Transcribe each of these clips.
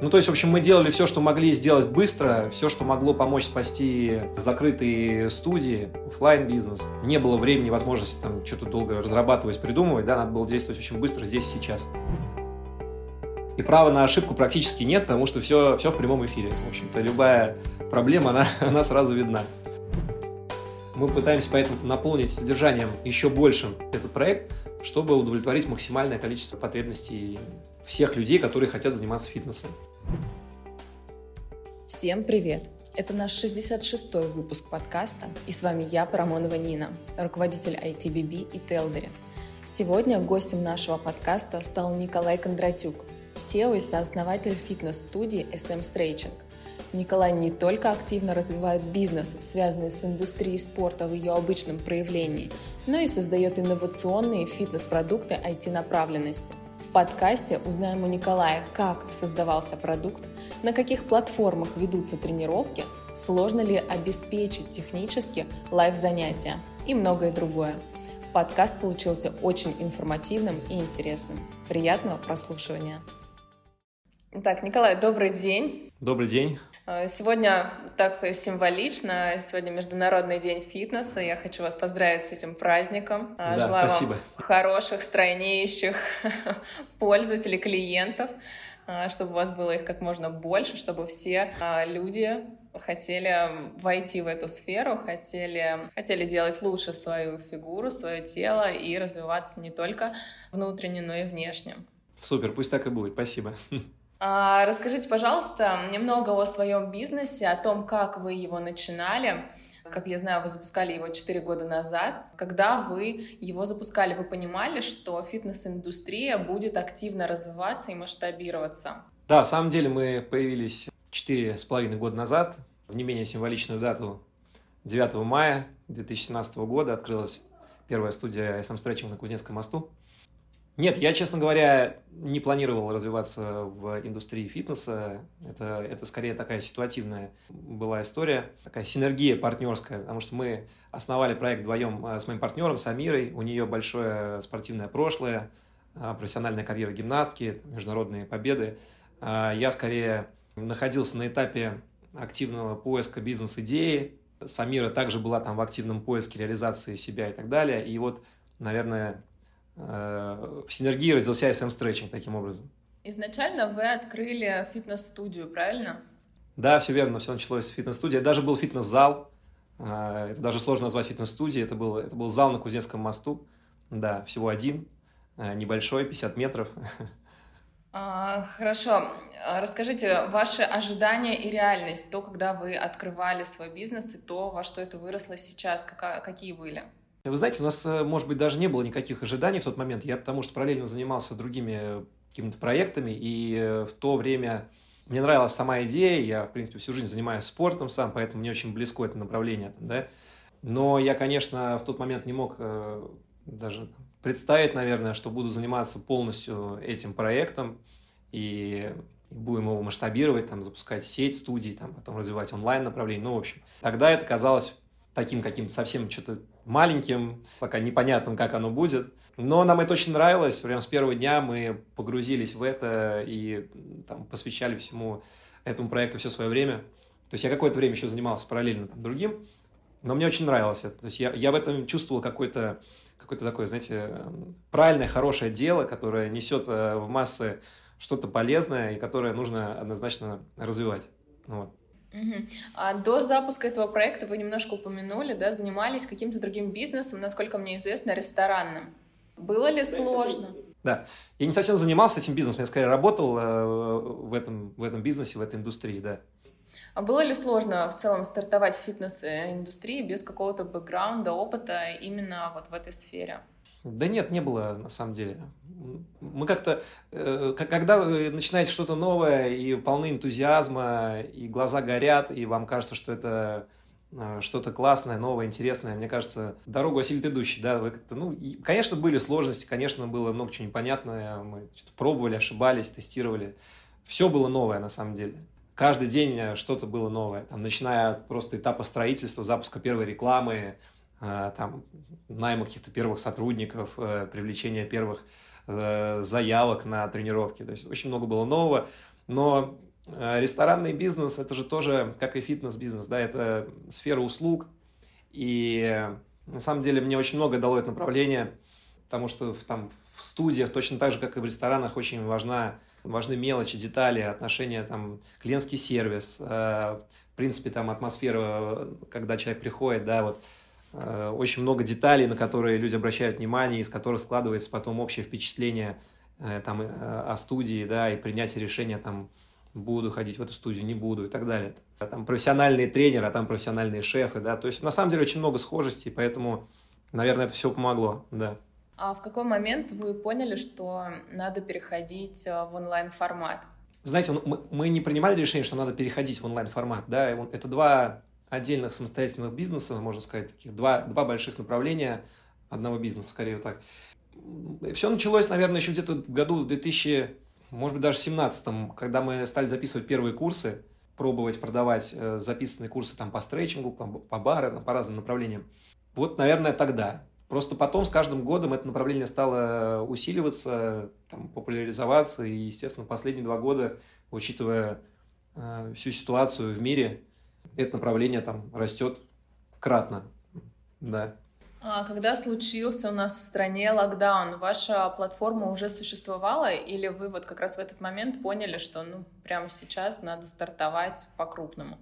Ну, то есть, в общем, мы делали все, что могли сделать быстро, все, что могло помочь спасти закрытые студии, офлайн бизнес. Не было времени, возможности там что-то долго разрабатывать, придумывать, да, надо было действовать очень быстро здесь и сейчас. И права на ошибку практически нет, потому что все в прямом эфире. В общем-то, любая проблема, она сразу видна. Мы пытаемся поэтому наполнить содержанием еще большим этот проект, чтобы удовлетворить максимальное количество потребностей всех людей, которые хотят заниматься фитнесом. Всем привет! Это наш 66-й выпуск подкаста, и с вами я, Парамонова Нина, руководитель ITBB и Телдери. Сегодня гостем нашего подкаста стал Николай Кондратюк, SEO и сооснователь фитнес-студии SM Stretching. Николай не только активно развивает бизнес, связанный с индустрией спорта в ее обычном проявлении, но и создает инновационные фитнес-продукты IT-направленности. В подкасте узнаем у Николая, как создавался продукт, на каких платформах ведутся тренировки, сложно ли обеспечить технически лайв-занятия и многое другое. Подкаст получился очень информативным и интересным. Приятного прослушивания! Итак, Николай, добрый день! Добрый день! Сегодня так символично, сегодня Международный день фитнеса. Я хочу вас поздравить с этим праздником. Да, желаю спасибо. вам хороших, стройнейших пользователей, клиентов, чтобы у вас было их как можно больше, чтобы все люди хотели войти в эту сферу, хотели делать лучше свою фигуру, свое тело и развиваться не только внутренне, но и внешне. Супер, пусть так и будет. Спасибо. Расскажите, пожалуйста, немного о своем бизнесе, о том, как вы его начинали. Как я знаю, вы запускали его 4 года назад. Когда вы его запускали, вы понимали, что фитнес-индустрия будет активно развиваться и масштабироваться? Да, в самом деле мы появились 4,5 года назад. В не менее символичную дату 9 мая 2017 года открылась первая студия SM Stretching на Кузнецком мосту. Нет, я, честно говоря, не планировал развиваться в индустрии фитнеса. Это скорее такая ситуативная была история, такая синергия партнерская, потому что мы основали проект вдвоем с моим партнером, с Амирой. У нее большое спортивное прошлое, профессиональная карьера гимнастки, международные победы. Я скорее находился на этапе активного поиска бизнес-идеи. Амира также была там в активном поиске реализации себя и так далее. И вот, наверное, в синергии родился SM Stretching таким образом. Изначально вы открыли фитнес-студию, правильно? Да, все верно, все началось с фитнес-студии. Даже был фитнес-зал, это даже сложно назвать фитнес-студией, это был зал на Кузнецком мосту, да, всего один, небольшой, 50 метров. Хорошо, расскажите ваши ожидания и реальность, то, когда вы открывали свой бизнес, и то, во что это выросло сейчас, какие были? Вы знаете, у нас, может быть, даже не было никаких ожиданий в тот момент. Я потому что параллельно занимался другими какими-то проектами, и в то время мне нравилась сама идея. Я, в принципе, всю жизнь занимаюсь спортом сам, поэтому мне очень близко это направление. Да? Но я, конечно, в тот момент не мог даже представить, наверное, что буду заниматься полностью этим проектом и будем его масштабировать, там, запускать сеть студий, там, потом развивать онлайн-направление. Ну, в общем, тогда это казалось таким каким-то совсем что-то маленьким, пока непонятным, как оно будет. Но нам это очень нравилось. Прямо с первого дня мы погрузились в это и там, посвящали всему этому проекту все свое время. То есть я какое-то время еще занимался параллельно там, другим, но мне очень нравилось это. То есть я в этом чувствовал какое-то такое, знаете, правильное, хорошее дело, которое несет в массы что-то полезное и которое нужно однозначно развивать. Вот. А до запуска этого проекта вы немножко упомянули, да, занимались каким-то другим бизнесом, насколько мне известно, ресторанным. Было ли сложно? Да, я не совсем занимался этим бизнесом, я скорее работал в этом бизнесе, в этой индустрии, да. А было ли сложно в целом стартовать в фитнес-индустрии без какого-то бэкграунда, опыта именно вот в этой сфере? Да нет, не было на самом деле. Мы как-то, когда вы начинаете что-то новое и полны энтузиазма, и глаза горят, и вам кажется, что это что-то классное, новое, интересное, мне кажется, дорогу осилит идущий, да, вы как-то, конечно, были сложности, конечно, было много чего непонятного, мы что-то пробовали, ошибались, тестировали, все было новое на самом деле. Каждый день что-то было новое, там, начиная от просто этапа строительства, запуска первой рекламы, там, найма каких-то первых сотрудников, привлечения первых заявок на тренировки. То есть очень много было нового, но Ресторанный бизнес – это же тоже, как и фитнес-бизнес, да, это сфера услуг. И на самом деле мне очень много дало это направление, потому что в студиях, точно так же, как и в ресторанах, очень важны мелочи, детали, отношения, клиентский сервис, в принципе, атмосфера, когда человек приходит, да, вот, очень много деталей, на которые люди обращают внимание, из которых складывается потом общее впечатление о студии, да, и принятие решения, буду ходить в эту студию, не буду и так далее. Там профессиональные тренеры, а там профессиональные шефы, да, то есть на самом деле очень много схожестей, поэтому, наверное, это все помогло, да. А в какой момент вы поняли, что надо переходить в онлайн-формат? Знаете, мы не принимали решение, что надо переходить в онлайн-формат, да, это два отдельных самостоятельных бизнеса, можно сказать, таких два больших направления одного бизнеса, скорее вот так. Все началось, наверное, еще где-то в году в 2000, может быть, даже 17-м, когда мы стали записывать первые курсы, пробовать продавать записанные курсы по стретчингу, по барам, по разным направлениям. Вот, наверное, тогда. Просто потом с каждым годом это направление стало усиливаться, популяризоваться, и, естественно, последние 2 года, учитывая всю ситуацию в мире, это направление растет кратно, да. А когда случился у нас в стране локдаун, ваша платформа уже существовала, или вы вот как раз в этот момент поняли, что прямо сейчас надо стартовать по-крупному?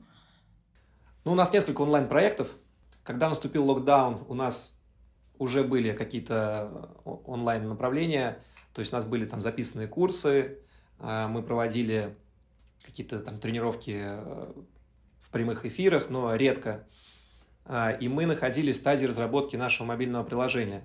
У нас несколько онлайн-проектов. Когда наступил локдаун, у нас уже были какие-то онлайн-направления, то есть у нас были записанные курсы, мы проводили какие-то тренировки в прямых эфирах, но редко. И мы находились в стадии разработки нашего мобильного приложения.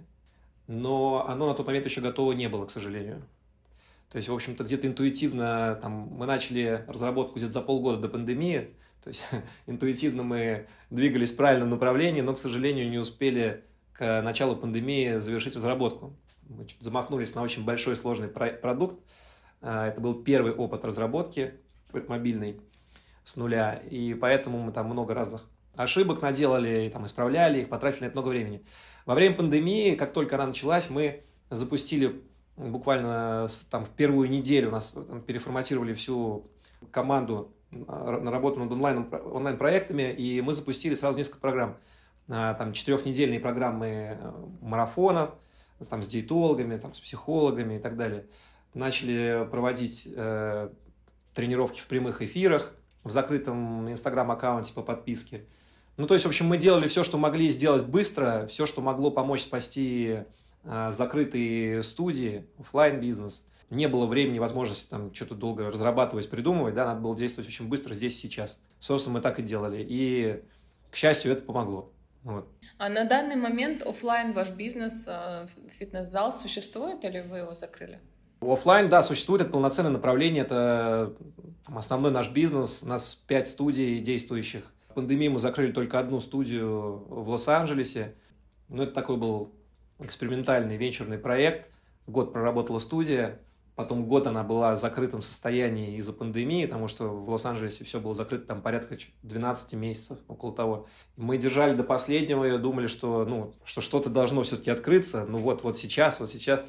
Но оно на тот момент еще готово не было, к сожалению. То есть, в общем-то, где-то интуитивно мы начали разработку где-то за полгода до пандемии. То есть, интуитивно мы двигались в правильном направлении, но, к сожалению, не успели к началу пандемии завершить разработку. Мы замахнулись на очень большой сложный продукт. Это был первый опыт разработки мобильной с нуля. И поэтому мы много разных ошибок наделали, исправляли их, потратили на это много времени. Во время пандемии, как только она началась, мы запустили буквально в первую неделю, у нас переформатировали всю команду на работу над онлайн-проектами, и мы запустили сразу несколько программ. 4-недельные программы марафонов, с диетологами, с психологами и так далее. Начали проводить тренировки в прямых эфирах, в закрытом инстаграм-аккаунте по подписке. То есть, в общем, мы делали все, что могли сделать быстро, все, что могло помочь спасти закрытые студии, офлайн-бизнес. Не было времени, возможности что-то долго разрабатывать, придумывать, да, надо было действовать очень быстро здесь, сейчас. Собственно, мы так и делали. И, к счастью, это помогло. Вот. А на данный момент офлайн ваш бизнес, фитнес-зал существует или вы его закрыли? Офлайн, да, существует, это полноценное направление, это основной наш бизнес. У нас 5 студий действующих. В пандемии мы закрыли только одну студию в Лос-Анджелесе. Это такой был экспериментальный венчурный проект. Год проработала студия, потом год она была в закрытом состоянии из-за пандемии, потому что в Лос-Анджелесе все было закрыто порядка 12 месяцев, около того. Мы держали до последнего и думали, что что-то должно все-таки открыться. Вот сейчас.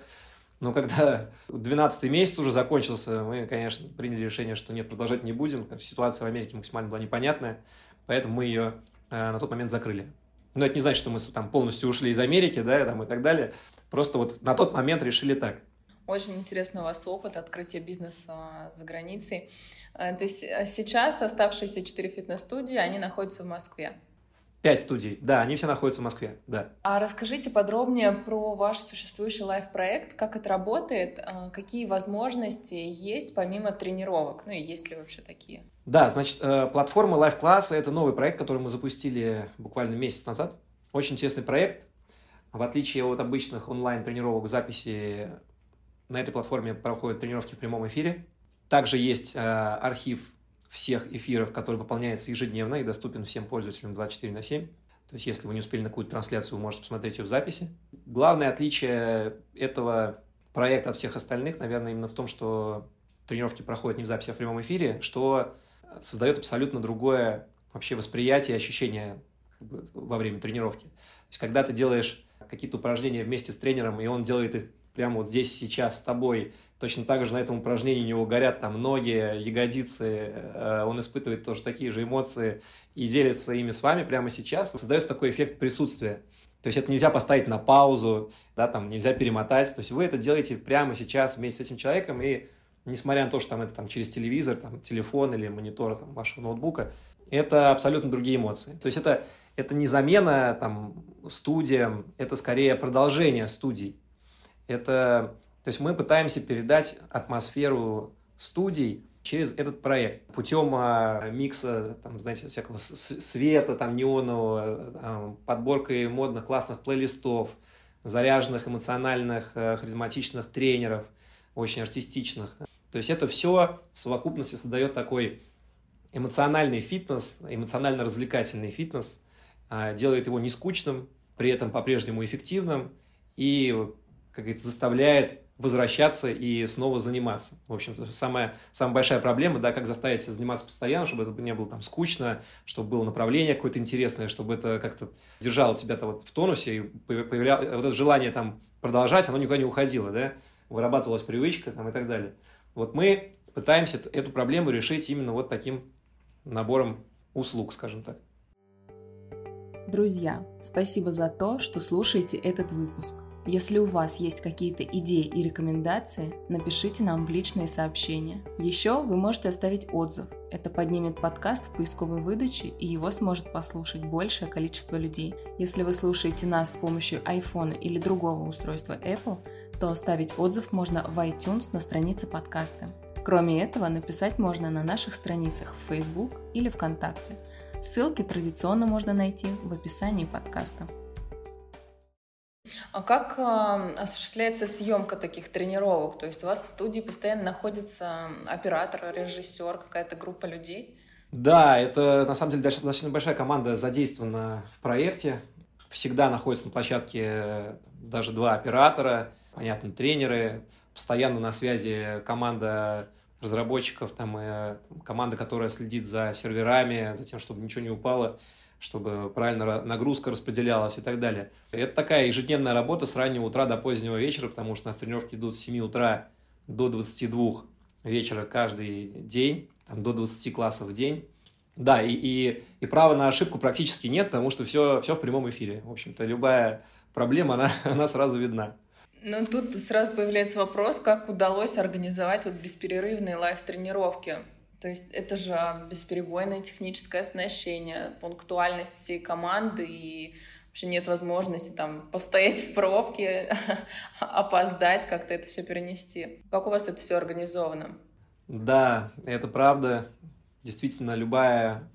Но когда 12-й месяц уже закончился, мы, конечно, приняли решение, что нет, продолжать не будем. Ситуация в Америке максимально была непонятная, поэтому мы ее на тот момент закрыли. Но это не значит, что мы полностью ушли из Америки, да, и так далее. Просто на тот момент решили так. Очень интересный у вас опыт открытия бизнеса за границей. То есть сейчас оставшиеся 4 фитнес-студии, они находятся в Москве? 5 студий, да, они все находятся в Москве, да. А расскажите подробнее про ваш существующий лайв-проект, как это работает, какие возможности есть помимо тренировок, и есть ли вообще такие? Да, значит, платформа Live Class – это новый проект, который мы запустили буквально месяц назад. Очень интересный проект. В отличие от обычных онлайн-тренировок в записи, на этой платформе проходят тренировки в прямом эфире. Также есть архив всех эфиров, который пополняется ежедневно и доступен всем пользователям 24/7. То есть, если вы не успели на какую-то трансляцию, вы можете посмотреть ее в записи. Главное отличие этого проекта от всех остальных, наверное, именно в том, что тренировки проходят не в записи, а в прямом эфире, что создает абсолютно другое вообще восприятие, ощущение во время тренировки. То есть, когда ты делаешь какие-то упражнения вместе с тренером, и он делает их прямо здесь, сейчас с тобой, Точно так же на этом упражнении у него горят там ноги, ягодицы, он испытывает тоже такие же эмоции и делится ими с вами прямо сейчас. Создается такой эффект присутствия. То есть это нельзя поставить на паузу, да, там нельзя перемотать. То есть вы это делаете прямо сейчас вместе с этим человеком, и несмотря на то, что там это там, через телевизор, там, телефон или монитор там, вашего ноутбука, это абсолютно другие эмоции. То есть это не замена там, студиям, это скорее продолжение студий. То есть мы пытаемся передать атмосферу студий через этот проект путем микса, там, знаете, всякого света там, неонового, подборкой модных классных плейлистов, заряженных, эмоциональных, харизматичных тренеров, очень артистичных. То есть это все в совокупности создает такой эмоциональный фитнес, эмоционально-развлекательный фитнес, делает его не скучным, при этом по-прежнему эффективным и, как говорится, заставляет возвращаться и снова заниматься. В общем-то, самая большая проблема, да, как заставить себя заниматься постоянно, чтобы это не было там скучно, чтобы было направление какое-то интересное, чтобы это как-то держало тебя вот в тонусе, и появлялось вот это желание там продолжать, оно никуда не уходило, да, вырабатывалась привычка там, и так далее. Вот мы пытаемся эту проблему решить именно вот таким набором услуг, скажем так. Друзья, спасибо за то, что слушаете этот выпуск. Если у вас есть какие-то идеи и рекомендации, напишите нам в личные сообщения. Еще вы можете оставить отзыв. Это поднимет подкаст в поисковой выдаче, и его сможет послушать большее количество людей. Если вы слушаете нас с помощью iPhone или другого устройства Apple, то оставить отзыв можно в iTunes на странице подкаста. Кроме этого, написать можно на наших страницах в Facebook или ВКонтакте. Ссылки традиционно можно найти в описании подкаста. А как осуществляется съемка таких тренировок? То есть у вас в студии постоянно находится оператор, режиссер, какая-то группа людей? Да, это на самом деле достаточно большая команда задействована в проекте. Всегда находятся на площадке даже 2 оператора, понятно, тренеры. Постоянно на связи команда разработчиков, команда, которая следит за серверами, за тем, чтобы ничего не упало, чтобы правильно нагрузка распределялась и так далее. Это такая ежедневная работа с раннего утра до позднего вечера, потому что у нас тренировки идут с 7 утра до 22 вечера каждый день, там, до 20 классов в день. Да, и права на ошибку практически нет, потому что все в прямом эфире. В общем-то, любая проблема, она сразу видна. Ну, тут сразу появляется вопрос, как удалось организовать вот бесперерывные лайв-тренировки. То есть это же бесперебойное техническое оснащение, пунктуальность всей команды, и вообще нет возможности там постоять в пробке, опоздать, как-то это все перенести. Как у вас это все организовано? Да, это правда. Действительно, любая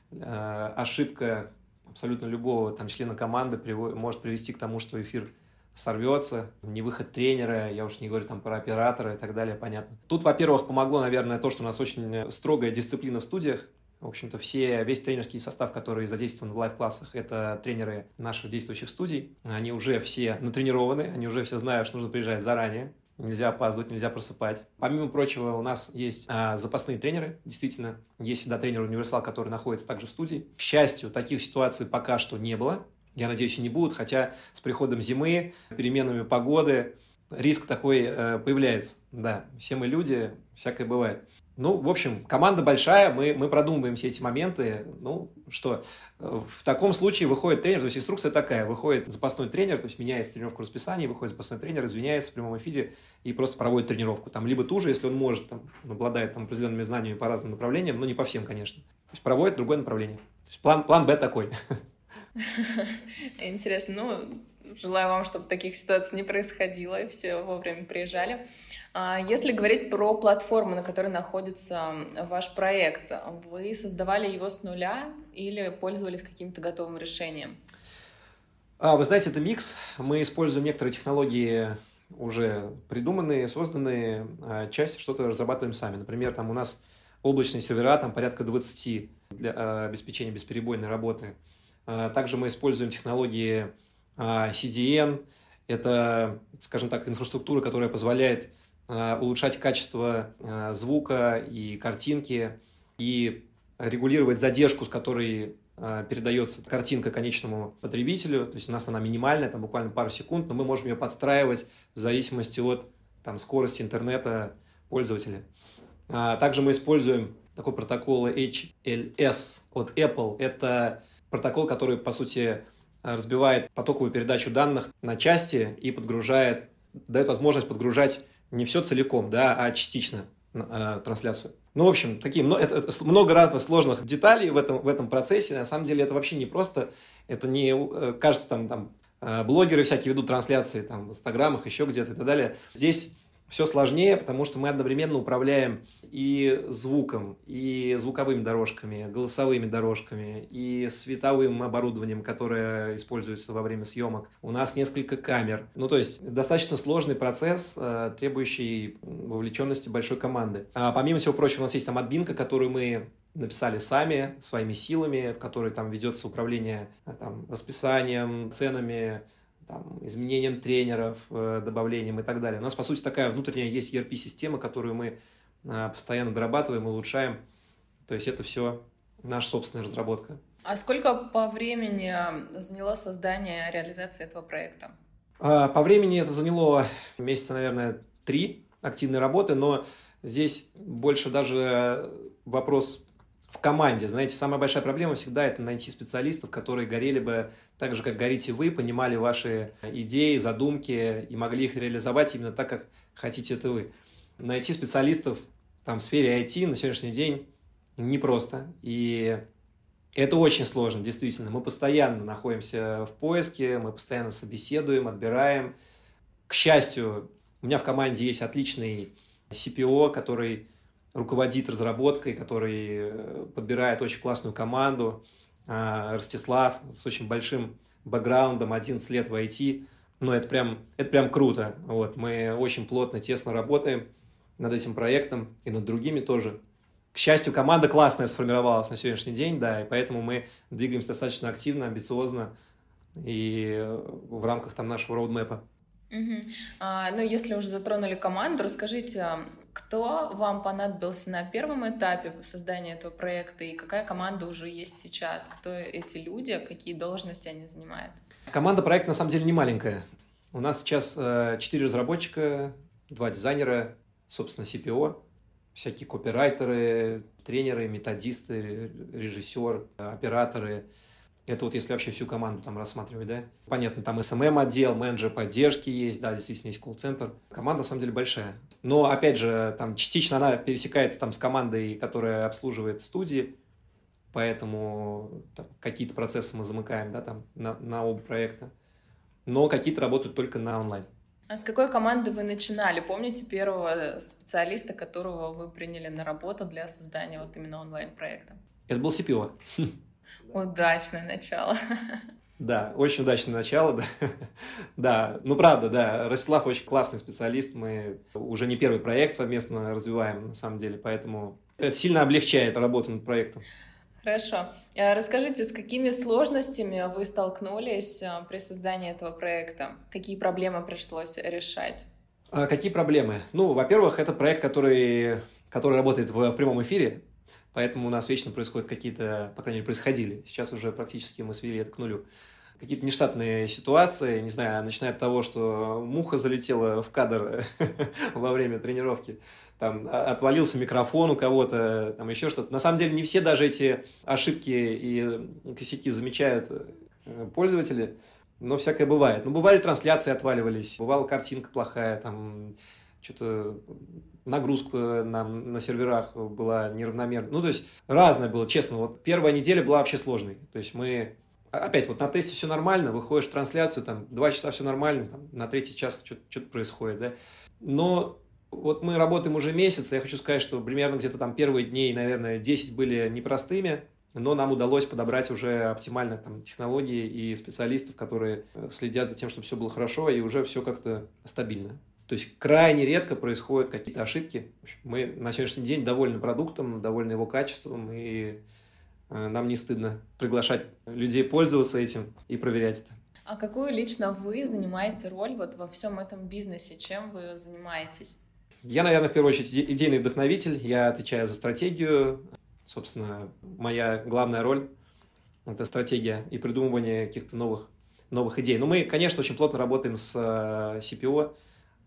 ошибка абсолютно любого там, члена команды может привести к тому, что эфир сорвется, невыход тренера, я уж не говорю там про оператора и так далее, понятно. Тут, во-первых, помогло, наверное, то, что у нас очень строгая дисциплина в студиях. В общем-то, весь тренерский состав, который задействован в лайв-классах, это тренеры наших действующих студий. Они уже все натренированы, они уже все знают, что нужно приезжать заранее. Нельзя опаздывать, нельзя просыпать. Помимо прочего, у нас есть запасные тренеры, действительно. Есть всегда тренер-универсал, который находится также в студии. К счастью, таких ситуаций пока что не было. Я надеюсь, и не будут, хотя с приходом зимы, переменами погоды, риск такой появляется. Да, все мы люди, всякое бывает. Ну, в общем, команда большая, мы продумываем все эти моменты. Ну, что, в таком случае выходит тренер, то есть инструкция такая, выходит запасной тренер, то есть меняется тренировка в расписании, выходит запасной тренер, извиняется в прямом эфире и просто проводит тренировку. Там либо ту же, если он может, там, обладает там, определенными знаниями по разным направлениям, но не по всем, конечно. То есть проводит другое направление. То есть план Б такой. Интересно. Ну, желаю вам, чтобы таких ситуаций не происходило, и все вовремя приезжали. Если говорить про платформу, на которой находится ваш проект, вы создавали его с нуля или пользовались каким-то готовым решением? Вы знаете, это микс. Мы используем некоторые технологии уже придуманные, созданные, часть что-то разрабатываем сами. Например, там у нас облачные сервера, там порядка 20 для обеспечения бесперебойной работы. Также мы используем технологии CDN. Это, скажем так, инфраструктура, которая позволяет улучшать качество звука и картинки и регулировать задержку, с которой передается картинка конечному потребителю. То есть у нас она минимальная, там буквально пару секунд, но мы можем ее подстраивать в зависимости от там, скорости интернета пользователя. Также мы используем такой протокол HLS от Apple. Это протокол, который, по сути, разбивает потоковую передачу данных на части и дает возможность подгружать не все целиком, да, а частично трансляцию. Ну, в общем, это много разных сложных деталей в этом процессе. На самом деле это вообще не просто. Это не, кажется, там блогеры всякие ведут трансляции там, в инстаграмах, еще где-то и так далее. Здесь все сложнее, потому что мы одновременно управляем и звуком, и звуковыми дорожками, голосовыми дорожками, и световым оборудованием, которое используется во время съемок. У нас несколько камер. Ну, то есть, достаточно сложный процесс, требующий вовлеченности большой команды. Помимо всего прочего, у нас есть там админка, которую мы написали сами, своими силами, в которой там ведется управление там, расписанием, ценами, там, изменением тренеров, добавлением и так далее. У нас, по сути, такая внутренняя есть ERP-система, которую мы постоянно дорабатываем, улучшаем. То есть это все наша собственная разработка. А сколько по времени заняло создание, реализация этого проекта? По времени это заняло месяца, наверное, 3 активной работы, но здесь больше даже вопрос в команде. Знаете, самая большая проблема всегда это найти специалистов, которые горели бы так же, как горите вы, понимали ваши идеи, задумки и могли их реализовать именно так, как хотите это вы. Найти специалистов там, в сфере IT на сегодняшний день непросто. И это очень сложно, действительно. Мы постоянно находимся в поиске, мы постоянно собеседуем, отбираем. К счастью, у меня в команде есть отличный CPO, который руководит разработкой, который подбирает очень классную команду. Ростислав с очень большим бэкграундом, 11 лет в IT. Ну, это прям круто. Вот. Мы очень плотно, тесно работаем над этим проектом и над другими тоже. К счастью, команда классная сформировалась на сегодняшний день, да, и поэтому мы двигаемся достаточно активно, амбициозно и в рамках там нашего роудмэпа. Ну, если уже затронули команду, расскажите, кто вам понадобился на первом этапе создания этого проекта и какая команда уже есть сейчас? Кто эти люди, какие должности они занимают? Команда проекта на самом деле не маленькая. У нас сейчас 4 разработчика, 2 дизайнера, собственно, CPO, всякие копирайтеры, тренеры, методисты, режиссер, операторы. Это вот если вообще всю команду там рассматривать, да. Понятно, там SMM-отдел, менеджер поддержки есть, да, действительно есть колл-центр. Команда, на самом деле, большая. Но, опять же, там частично она пересекается там с командой, которая обслуживает студии, поэтому там, какие-то процессы мы замыкаем, да, там на оба проекта. Но какие-то работают только на онлайн. А с какой команды вы начинали? Помните первого специалиста, которого вы приняли на работу для создания вот именно онлайн-проекта? Это был CPO. Удачное начало. Да, очень удачное начало, да. Да, ну правда, да, Ростислав очень классный специалист, мы уже не первый проект совместно развиваем, на самом деле, поэтому это сильно облегчает работу над проектом. Хорошо. Расскажите, с какими сложностями вы столкнулись при создании этого проекта? Какие проблемы пришлось решать? Какие проблемы? Ну, во-первых, это проект, который работает в прямом эфире, поэтому у нас вечно происходят какие-то, по крайней мере, происходили. Сейчас уже практически мы свели это к нулю. Какие-то нештатные ситуации, не знаю, начиная от того, что муха залетела в кадр во время тренировки, там отвалился микрофон у кого-то, там еще что-то. На самом деле не все даже эти ошибки и косяки замечают пользователи, но всякое бывает. Ну, бывали трансляции отваливались, бывала картинка плохая, там что-то нагрузка нам на серверах была неравномерна. Ну, то есть разное было, честно. Вот первая неделя была вообще сложной. То есть мы опять вот на тесте все нормально, выходишь в трансляцию, там 2 часа все нормально, там, на 3-й час что-то происходит, да. Но вот мы работаем уже месяц, и я хочу сказать, что примерно где-то там первые дней, наверное, 10 были непростыми, но нам удалось подобрать уже оптимально там технологии и специалистов, которые следят за тем, чтобы все было хорошо, и уже все как-то стабильно. То есть крайне редко происходят какие-то ошибки. Мы на сегодняшний день довольны продуктом, довольны его качеством, и нам не стыдно приглашать людей пользоваться этим и проверять это. А какую лично вы занимаете роль вот во всем этом бизнесе? Чем вы занимаетесь? Я, наверное, в первую очередь идейный вдохновитель. Я отвечаю за стратегию. Собственно, моя главная роль – это стратегия и придумывание каких-то новых идей. Но мы, конечно, очень плотно работаем с CPO.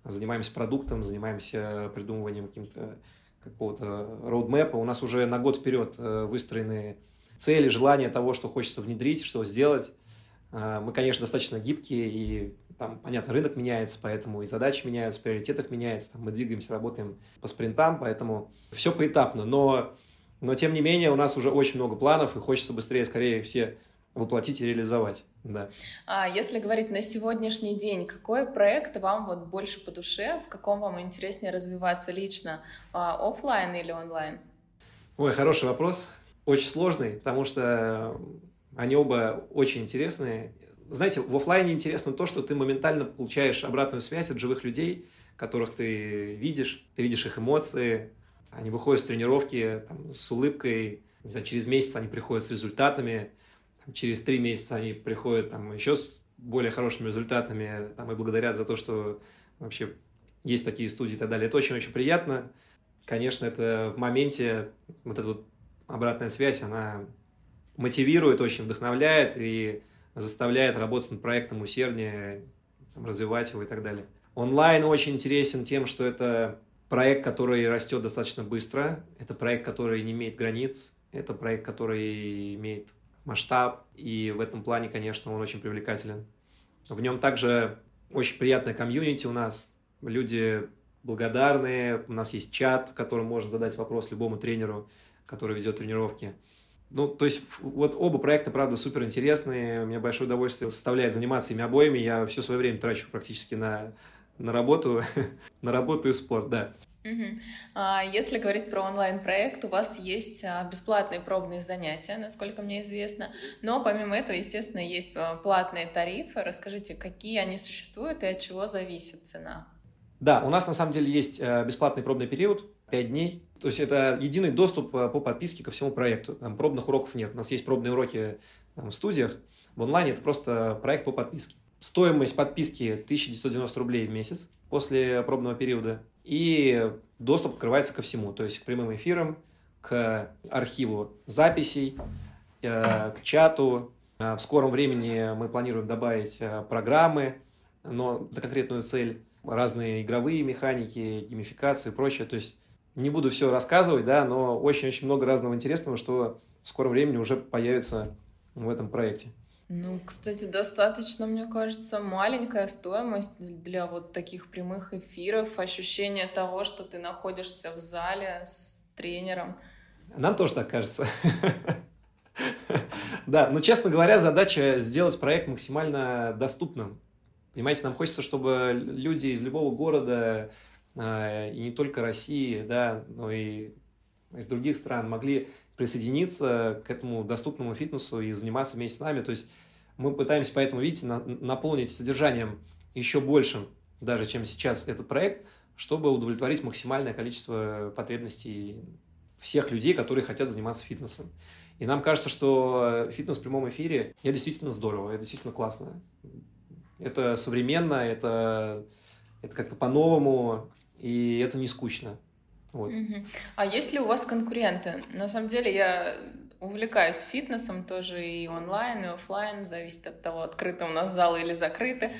занимаемся продуктом, занимаемся придумыванием какого-то роудмэпа. У нас уже на год вперед выстроены цели, желания того, что хочется внедрить, что сделать. Мы, конечно, достаточно гибкие, и там, понятно, рынок меняется, поэтому и задачи меняются, в приоритетах меняется, там, мы двигаемся, работаем по спринтам, поэтому все поэтапно. Но, тем не менее, у нас уже очень много планов, и хочется быстрее, скорее все воплотить и реализовать. Да. А если говорить на сегодняшний день, какой проект вам вот больше по душе, в каком вам интереснее развиваться лично, офлайн или онлайн? Ой, хороший вопрос, очень сложный, потому что они оба очень интересные. Знаете, в офлайне интересно то, что ты моментально получаешь обратную связь от живых людей, которых ты видишь их эмоции, они выходят с тренировки там, с улыбкой, не знаю, через месяц они приходят с результатами, через 3 месяца они приходят там, еще с более хорошими результатами там, и благодарят за то, что вообще есть такие студии и так далее. Это очень-очень приятно. Конечно, это в моменте, вот эта вот обратная связь, она мотивирует, очень вдохновляет и заставляет работать над проектом усерднее, там, развивать его и так далее. Онлайн очень интересен тем, что это проект, который растет достаточно быстро, это проект, который не имеет границ, это проект, который имеет масштаб, и в этом плане, конечно, он очень привлекателен. В нем также очень приятная комьюнити у нас, люди благодарные, у нас есть чат, в котором можно задать вопрос любому тренеру, который ведет тренировки. Ну, то есть, вот оба проекта, правда, супер интересные, мне большое удовольствие составляет заниматься ими обоими, я все свое время трачу практически на работу, на работу и спорт, да. Если говорить про онлайн-проект, у вас есть бесплатные пробные занятия, насколько мне известно, но помимо этого, естественно, есть платные тарифы. Расскажите, какие они существуют и от чего зависит цена? Да, у нас на самом деле есть бесплатный пробный период, 5 дней. То есть это единый доступ по подписке ко всему проекту. Там пробных уроков нет. У нас есть пробные уроки там, в студиях. В онлайне это просто проект по подписке. Стоимость подписки 1990 рублей в месяц после пробного периода. И доступ открывается ко всему. То есть к прямым эфирам, к архиву записей, к чату. В скором времени мы планируем добавить программы, но на конкретную цель. Разные игровые механики, геймификации и прочее. То есть не буду все рассказывать, да, но очень-очень много разного интересного, что в скором времени уже появится в этом проекте. Ну, кстати, достаточно, мне кажется, маленькая стоимость для вот таких прямых эфиров, ощущение того, что ты находишься в зале с тренером. Нам тоже так кажется. Да, но, честно говоря, задача сделать проект максимально доступным. Понимаете, нам хочется, чтобы люди из любого города, и не только России, да, но и из других стран могли присоединиться к этому доступному фитнесу и заниматься вместе с нами. То есть мы пытаемся, поэтому, видите, наполнить содержанием еще большим, даже чем сейчас этот проект, чтобы удовлетворить максимальное количество потребностей всех людей, которые хотят заниматься фитнесом. И нам кажется, что фитнес в прямом эфире – это действительно здорово, это действительно классно. Это современно, это как-то по-новому, и это не скучно. Вот. А есть ли у вас конкуренты? На самом деле я увлекаюсь фитнесом тоже и онлайн, и офлайн, зависит от того, открыты у нас залы или закрыты.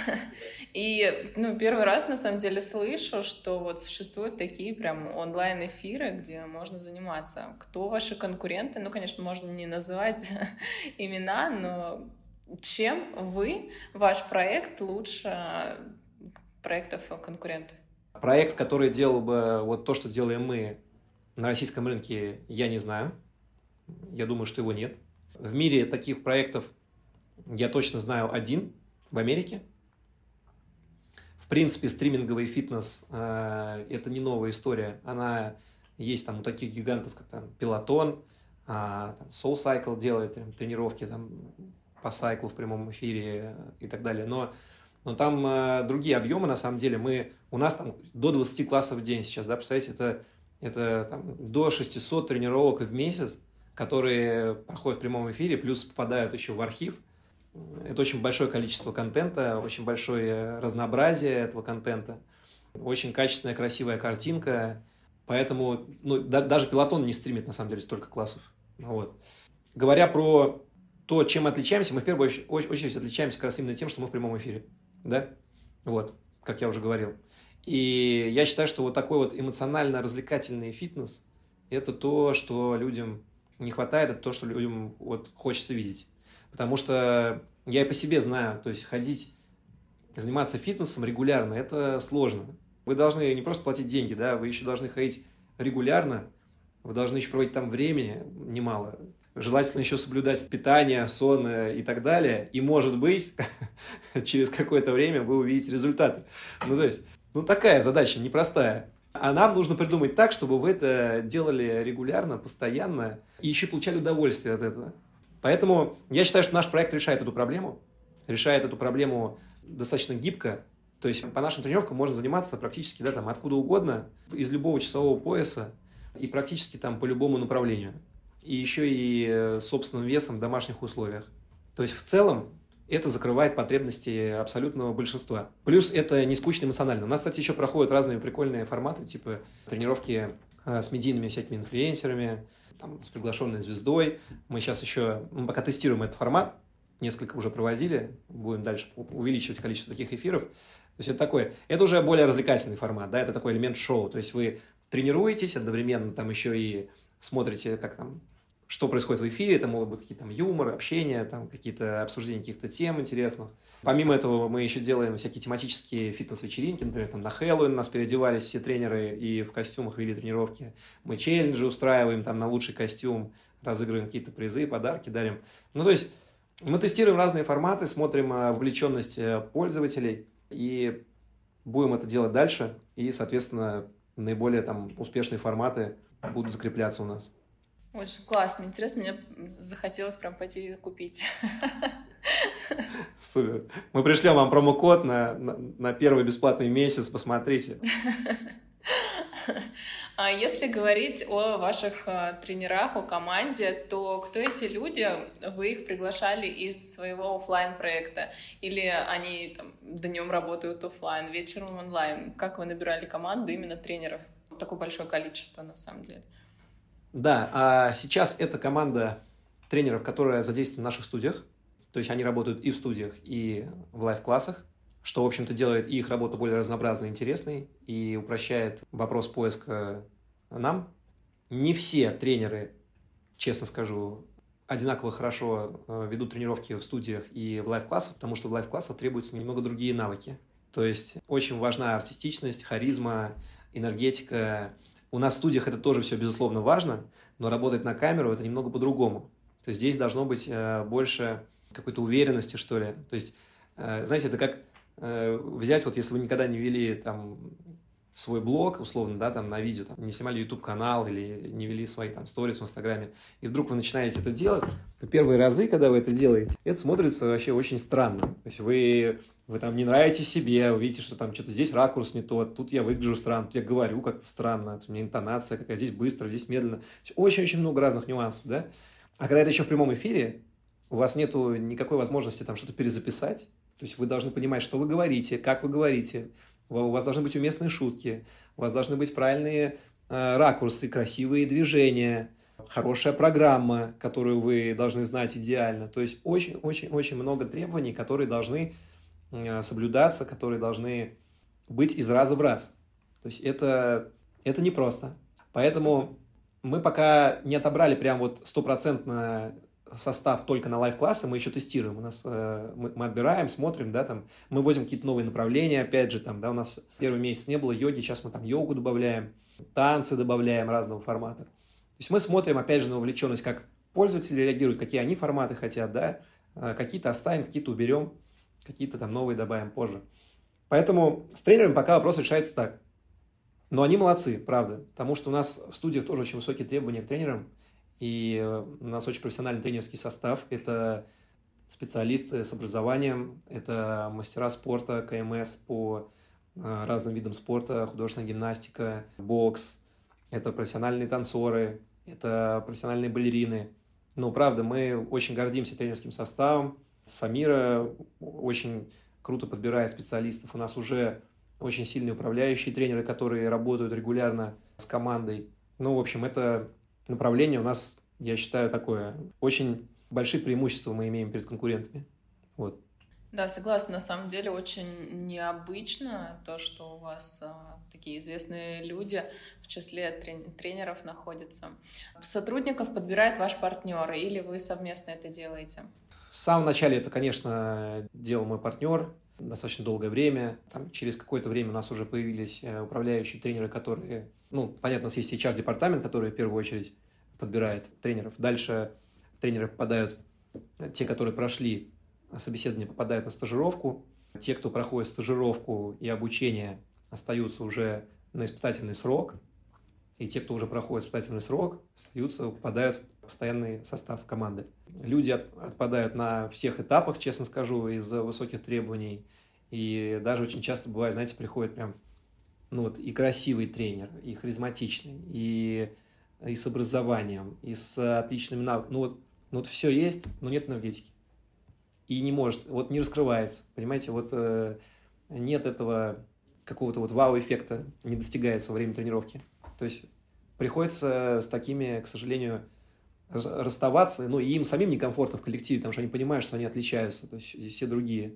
И первый раз на самом деле слышу, что вот существуют такие прям онлайн-эфиры, где можно заниматься. Кто ваши конкуренты? Ну, конечно, можно не называть имена, но чем ваш проект лучше проектов конкурентов? Проект, который делал бы вот то, что делаем мы на российском рынке, я не знаю. Я думаю, что его нет. В мире таких проектов я точно знаю один в Америке. В принципе, стриминговый фитнес – это не новая история. Она есть там у таких гигантов, как там Peloton, SoulCycle делает тренировки там, по сайклу в прямом эфире и так далее. Но там другие объемы, на самом деле. У нас там до 20 классов в день сейчас, да, представляете, это там, до 600 тренировок в месяц, которые проходят в прямом эфире, плюс попадают еще в архив. Это очень большое количество контента, очень большое разнообразие этого контента, очень качественная, красивая картинка. Поэтому даже Peloton не стримит, на самом деле, столько классов. Вот. Говоря про то, чем мы отличаемся, мы в первую очередь отличаемся как раз именно тем, что мы в прямом эфире. Да? Вот, как я уже говорил. И я считаю, что вот такой вот эмоционально-развлекательный фитнес – это то, что людям не хватает, это то, что людям вот хочется видеть. Потому что я и по себе знаю, то есть ходить, заниматься фитнесом регулярно – это сложно. Вы должны не просто платить деньги, да, вы еще должны ходить регулярно, вы должны еще проводить там времени немало. Желательно еще соблюдать питание, сон и так далее. И, может быть, через какое-то время вы увидите результаты. То есть, такая задача непростая. А нам нужно придумать так, чтобы вы это делали регулярно, постоянно, и еще получали удовольствие от этого. Поэтому я считаю, что наш проект решает эту проблему достаточно гибко. То есть по нашим тренировкам можно заниматься практически там, откуда угодно, из любого часового пояса и практически там по любому направлению. И еще и собственным весом в домашних условиях. То есть в целом это закрывает потребности абсолютного большинства. Плюс это не скучно эмоционально. У нас, кстати, еще проходят разные прикольные форматы, типа тренировки с медийными всякими инфлюенсерами, там, с приглашенной звездой. Мы пока тестируем этот формат, несколько уже проводили, будем дальше увеличивать количество таких эфиров. То есть это уже более развлекательный формат, да, это такой элемент шоу. То есть вы тренируетесь, одновременно там еще и смотрите, что происходит в эфире, там могут быть какие-то юмор, общение, там какие-то обсуждения каких-то тем интересных. Помимо этого мы еще делаем всякие тематические фитнес-вечеринки, например, там на Хэллоуин нас переодевались все тренеры и в костюмах вели тренировки. Мы челленджи устраиваем там на лучший костюм, разыгрываем какие-то призы, подарки дарим. То есть мы тестируем разные форматы, смотрим вовлеченность пользователей и будем это делать дальше. И, соответственно, наиболее успешные форматы будут закрепляться у нас. Очень классно, интересно, мне захотелось прям пойти купить. Супер. Мы пришлем вам промокод на первый бесплатный месяц, посмотрите. А если говорить о ваших тренерах, о команде, то кто эти люди? Вы их приглашали из своего офлайн-проекта? Или они днем работают офлайн, вечером онлайн? Как вы набирали команду именно тренеров? Такое большое количество, на самом деле. Да, а сейчас это команда тренеров, которая задействована в наших студиях. То есть они работают и в студиях, и в лайв-классах, что, в общем-то, делает их работу более разнообразной и интересной и упрощает вопрос поиска нам. Не все тренеры, честно скажу, одинаково хорошо ведут тренировки в студиях и в лайв-классах, потому что в лайв-классах требуются немного другие навыки. То есть очень важна артистичность, харизма, энергетика. У нас в студиях это тоже все, безусловно, важно, но работать на камеру – это немного по-другому. То есть здесь должно быть больше какой-то уверенности, что ли. То есть, знаете, это как взять, если вы никогда не вели свой блог, условно, да, на видео, не снимали YouTube-канал или не вели свои сторис в Инстаграме, и вдруг вы начинаете это делать, то первые разы, когда вы это делаете, это смотрится вообще очень странно. То есть вы не нравитесь себе, вы видите, что что-то здесь ракурс не тот, тут я выгляжу странно, тут я говорю как-то странно, тут у меня интонация какая, здесь быстро, здесь медленно. Очень-очень много разных нюансов, да? А когда это еще в прямом эфире, у вас нету никакой возможности что-то перезаписать, то есть вы должны понимать, что вы говорите, как вы говорите, у вас должны быть уместные шутки, у вас должны быть правильные ракурсы, красивые движения, хорошая программа, которую вы должны знать идеально. То есть очень-очень-очень много требований, которые должны соблюдаться, которые должны быть из раза в раз. То есть это непросто. Поэтому мы пока не отобрали прям стопроцентно состав только на лайв-классы, мы еще тестируем. У нас мы отбираем, смотрим, да, мы вводим какие-то новые направления, опять же, у нас первый месяц не было йоги, сейчас мы йогу добавляем, танцы добавляем разного формата. То есть мы смотрим, опять же, на вовлеченность, как пользователи реагируют, какие они форматы хотят, да, какие-то оставим, какие-то уберем, какие-то новые добавим позже. Поэтому с тренерами пока вопрос решается так. Но они молодцы, правда, потому что у нас в студиях тоже очень высокие требования к тренерам, и у нас очень профессиональный тренерский состав. Это специалисты с образованием, это мастера спорта, КМС по разным видам спорта, художественная гимнастика, бокс, это профессиональные танцоры, это профессиональные балерины. Правда, мы очень гордимся тренерским составом. Самира очень круто подбирает специалистов. У нас уже очень сильные управляющие тренеры, которые работают регулярно с командой. В общем, это направление у нас, я считаю, такое. Очень большие преимущества мы имеем перед конкурентами. Вот. Да, согласна. На самом деле очень необычно то, что у вас такие известные люди в числе тренеров находятся. Сотрудников подбирает ваш партнер, или вы совместно это делаете? В самом начале это, конечно, делал мой партнер достаточно долгое время. Там, через какое-то время у нас уже появились управляющие тренеры, которые... понятно, у нас есть HR-департамент, который в первую очередь подбирает тренеров. Дальше тренеры попадают, те, которые прошли собеседование, попадают на стажировку. Те, кто проходит стажировку и обучение, остаются уже на испытательный срок. И те, кто уже проходит испытательный срок, попадают в постоянный состав команды. Люди отпадают на всех этапах, честно скажу, из-за высоких требований. И даже очень часто бывает, знаете, приходит прям и красивый тренер, и харизматичный, и с образованием, и с отличными навыками. Все есть, но нет энергетики. И не может, не раскрывается, понимаете, нет этого какого-то вау-эффекта, не достигается во время тренировки. То есть приходится с такими, к сожалению, расставаться, и им самим некомфортно в коллективе, потому что они понимают, что они отличаются, то есть все другие.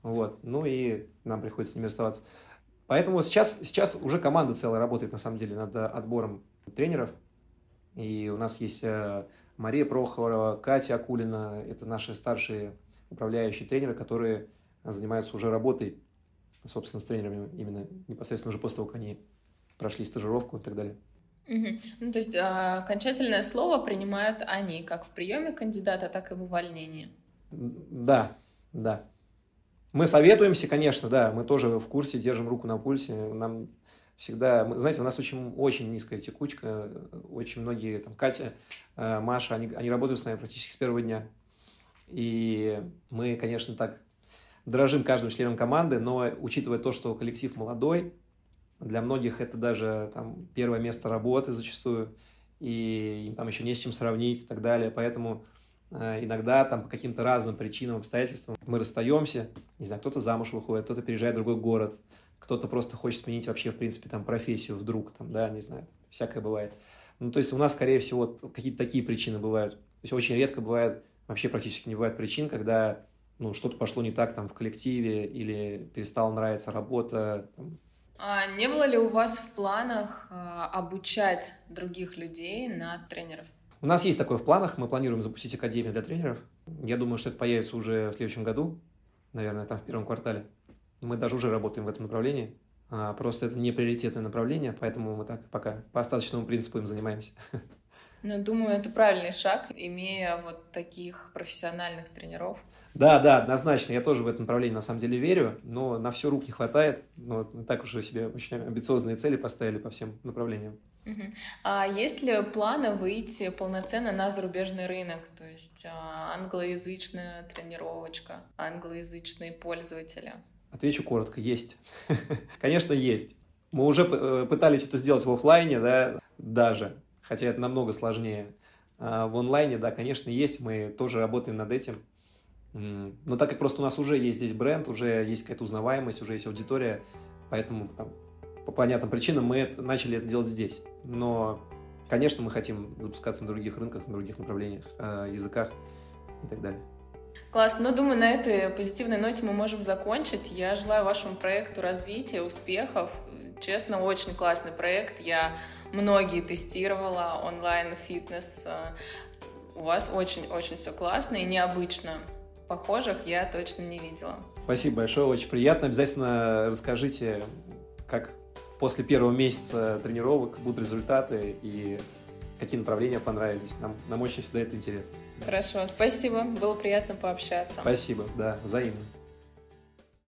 И нам приходится с ними расставаться. Поэтому сейчас уже команда целая работает, на самом деле, над отбором тренеров. И у нас есть Мария Прохорова, Катя Акулина, это наши старшие управляющие тренеры, которые занимаются уже работой, собственно, с тренерами именно непосредственно уже после того, как они прошли стажировку и так далее. Угу. То есть окончательное слово принимают они, как в приеме кандидата, так и в увольнении. Да. Мы советуемся, конечно, да, мы тоже в курсе, держим руку на пульсе. Нам всегда, знаете, у нас очень низкая текучка, очень многие, Катя, Маша, они работают с нами практически с первого дня. И мы, конечно, так дорожим каждым членом команды, но учитывая то, что коллектив молодой, для многих это даже первое место работы зачастую, и им еще не с чем сравнить и так далее. Поэтому иногда по каким-то разным причинам, обстоятельствам мы расстаемся. Не знаю, кто-то замуж выходит, кто-то переезжает в другой город, кто-то просто хочет сменить вообще, в принципе, профессию вдруг, не знаю, всякое бывает. То есть у нас, скорее всего, какие-то такие причины бывают. То есть очень редко бывает, вообще практически не бывает причин, когда что-то пошло не так в коллективе или перестала нравиться работа. А не было ли у вас в планах обучать других людей на тренеров? У нас есть такое в планах. Мы планируем запустить академию для тренеров. Я думаю, что это появится уже в следующем году, наверное, в первом квартале. Мы даже уже работаем в этом направлении. Просто это не приоритетное направление, поэтому мы так пока по остаточному принципу им занимаемся. Думаю, это правильный шаг, имея таких профессиональных тренеров. Да, однозначно. Я тоже в это направлении на самом деле верю, но на все рук не хватает. Мы так уже себе очень амбициозные цели поставили по всем направлениям. Угу. А есть ли планы выйти полноценно на зарубежный рынок? То есть англоязычная тренировочка, англоязычные пользователи? Отвечу коротко. Есть. Конечно, есть. Мы уже пытались это сделать в офлайне, да, даже. Хотя это намного сложнее. В онлайне, да, конечно, есть. Мы тоже работаем над этим. Но так как просто у нас уже есть здесь бренд, уже есть какая-то узнаваемость, уже есть аудитория, поэтому по понятным причинам мы начали это делать здесь. Но, конечно, мы хотим запускаться на других рынках, на других направлениях, языках и так далее. Классно. Думаю, на этой позитивной ноте мы можем закончить. Я желаю вашему проекту развития, успехов. Честно, очень классный проект. Я многие тестировала, онлайн-фитнес. У вас очень-очень все классно и необычно. Похожих я точно не видела. Спасибо большое, очень приятно. Обязательно расскажите, как после первого месяца тренировок будут результаты и какие направления понравились. Нам очень всегда это интересно. Хорошо, спасибо. Было приятно пообщаться. Спасибо, да, взаимно.